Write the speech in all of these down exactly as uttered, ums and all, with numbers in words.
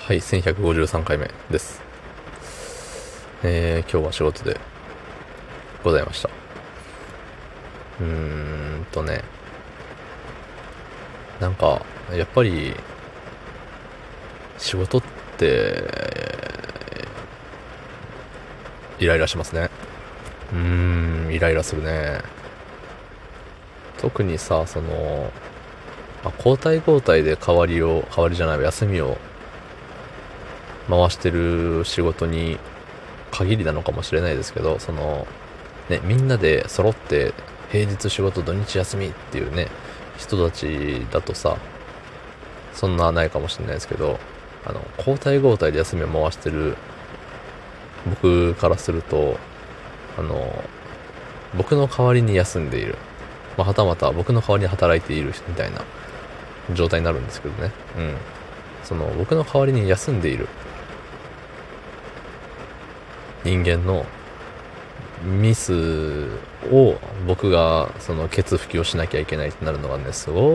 はい、せんひゃくごじゅうさんかいめです。えー、今日は仕事でございました。うーんとね、なんか、やっぱり、仕事って、イライラしますね。うーん、イライラするね。特にさ、その、まあ、交代交代で代わりを、代わりじゃない、休みを回してる仕事に限りなのかもしれないですけど、その、ね、みんなで揃って平日仕事土日休みっていうね、人たちだとさ、そんなないかもしれないですけど、あの、交代交代で休みを回してる僕からすると、あの、僕の代わりに休んでいる。まあ、はたまた僕の代わりに働いているみたいな状態になるんですけどね。うん。その、僕の代わりに休んでいる人間のミスを僕がそのケツ拭きをしなきゃいけないってなるのがね、すご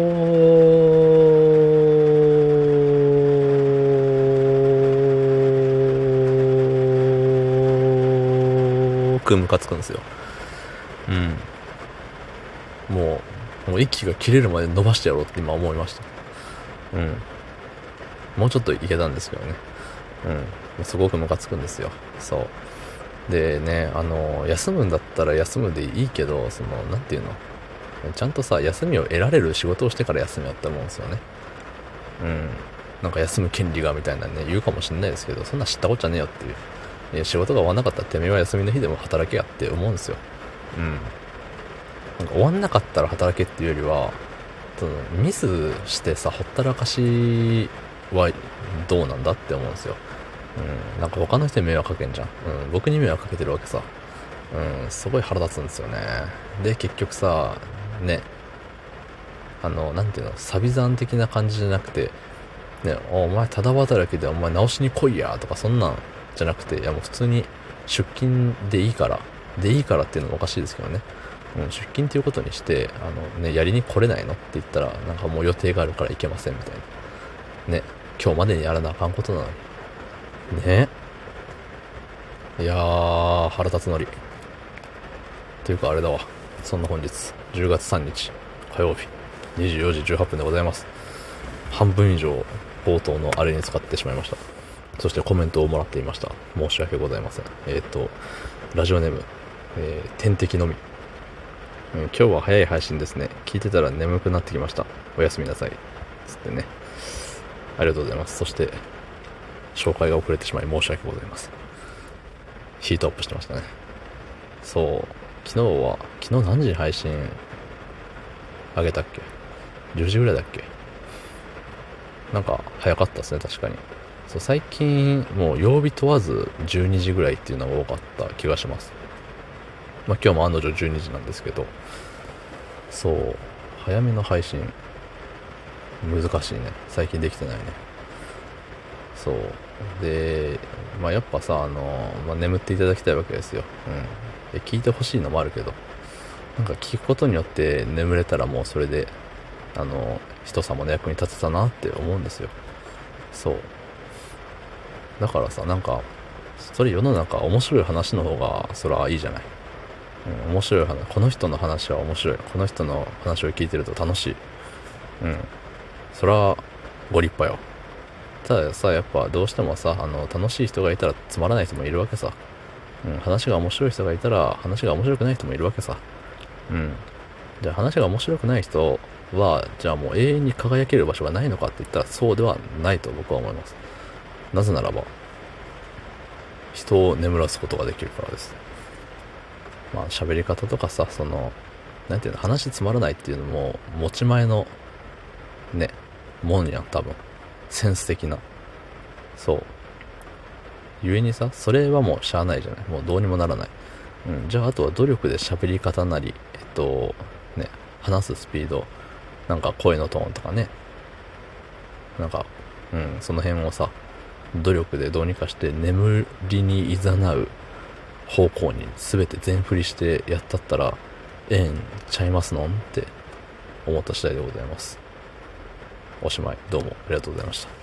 くムカつくんですよ。うん。もう、もう息が切れるまで伸ばしてやろうって今思いました。うん。もうちょっといけたんですけどね。うん。すごくムカつくんですよ。そう。でね、あの、休むんだったら休むでいいけど、その、なんていうの、ちゃんとさ、休みを得られる仕事をしてから休みやって思うんですよね。うん。なんか休む権利がみたいなね、言うかもしんないですけど、そんな知ったこっちゃねえよっていう。いや、仕事が終わんなかったらてめえは休みの日でも働けやって思うんですよ。うん。なんか終わんなかったら働けっていうよりは、そのミスしてさ、ほったらかしはどうなんだって思うんですよ。うん。なんか他の人に迷惑かけんじゃん。うん。僕に迷惑かけてるわけさ。うん。すごい腹立つんですよね。で、結局さ、ね、あの、なんていうの、サビ残的な感じじゃなくて、ね、お前ただ働きでお前直しに来いやとかそんなんじゃなくて、いやもう普通に出勤でいいから、でいいからっていうのもおかしいですけどね。うん、出勤っていうことにして、あのね、やりに来れないのって言ったら、なんかもう予定があるから行けませんみたいな。ね、今日までにやらなあかんことなのに。ね。いやー、腹立つのり。というかあれだわ。そんな本日、じゅうがつさんにち、火曜日、にじゅうよじじゅうはっぷんでございます。半分以上、冒頭のあれに使ってしまいました。そしてコメントをもらっていました。申し訳ございません。えっ、ー、と、ラジオネーム、えー、天敵のみ、うん。今日は早い配信ですね。聞いてたら眠くなってきました。おやすみなさい。つってね。ありがとうございます。そして、紹介が遅れてしまい申し訳ございません。ヒートアップしてましたね。そう。昨日は、昨日何時に配信あげたっけ ?じゅう 時ぐらいだっけ。なんか早かったですね、確かに。そう、最近もう曜日問わずじゅうにじぐらいっていうのが多かった気がします。まあ今日も案の定じゅうにじなんですけど、そう、早めの配信難しいね。最近できてないね。そう。で、まあやっぱさ、あの、まあ、眠っていただきたいわけですよ。うん。で、聞いてほしいのもあるけど、なんか聞くことによって眠れたらもうそれで、あの、人様の役に立てたなって思うんですよ。そう。だからさ、なんか、それ世の中面白い話の方が、そらいいじゃない。うん、面白い話。この人の話は面白い。この人の話を聞いてると楽しい。うん。そら、ご立派よ。たださ、やっぱどうしてもさ、あの、楽しい人がいたらつまらない人もいるわけさ。うん、話が面白い人がいたら、話が面白くない人もいるわけさ。うん。じゃあ話が面白くない人は、じゃあもう永遠に輝ける場所がないのかって言ったらそうではないと僕は思います。なぜならば、人を眠らすことができるからです。まあ喋り方とかさ、その、なんていうの、話つまらないっていうのも、持ち前の、ね、もんやん、多分。センス的な。そう。故にさ、それはもうしゃあないじゃない。もうどうにもならない。うん。じゃああとは努力で喋り方なり、えっと、ね、話すスピード、なんか声のトーンとかね。なんか、うん、その辺をさ、努力でどうにかして眠りに誘う方向に全て全振りしてやったったらええんちゃいますのんって思った次第でございます。おしまい。どうもありがとうございました。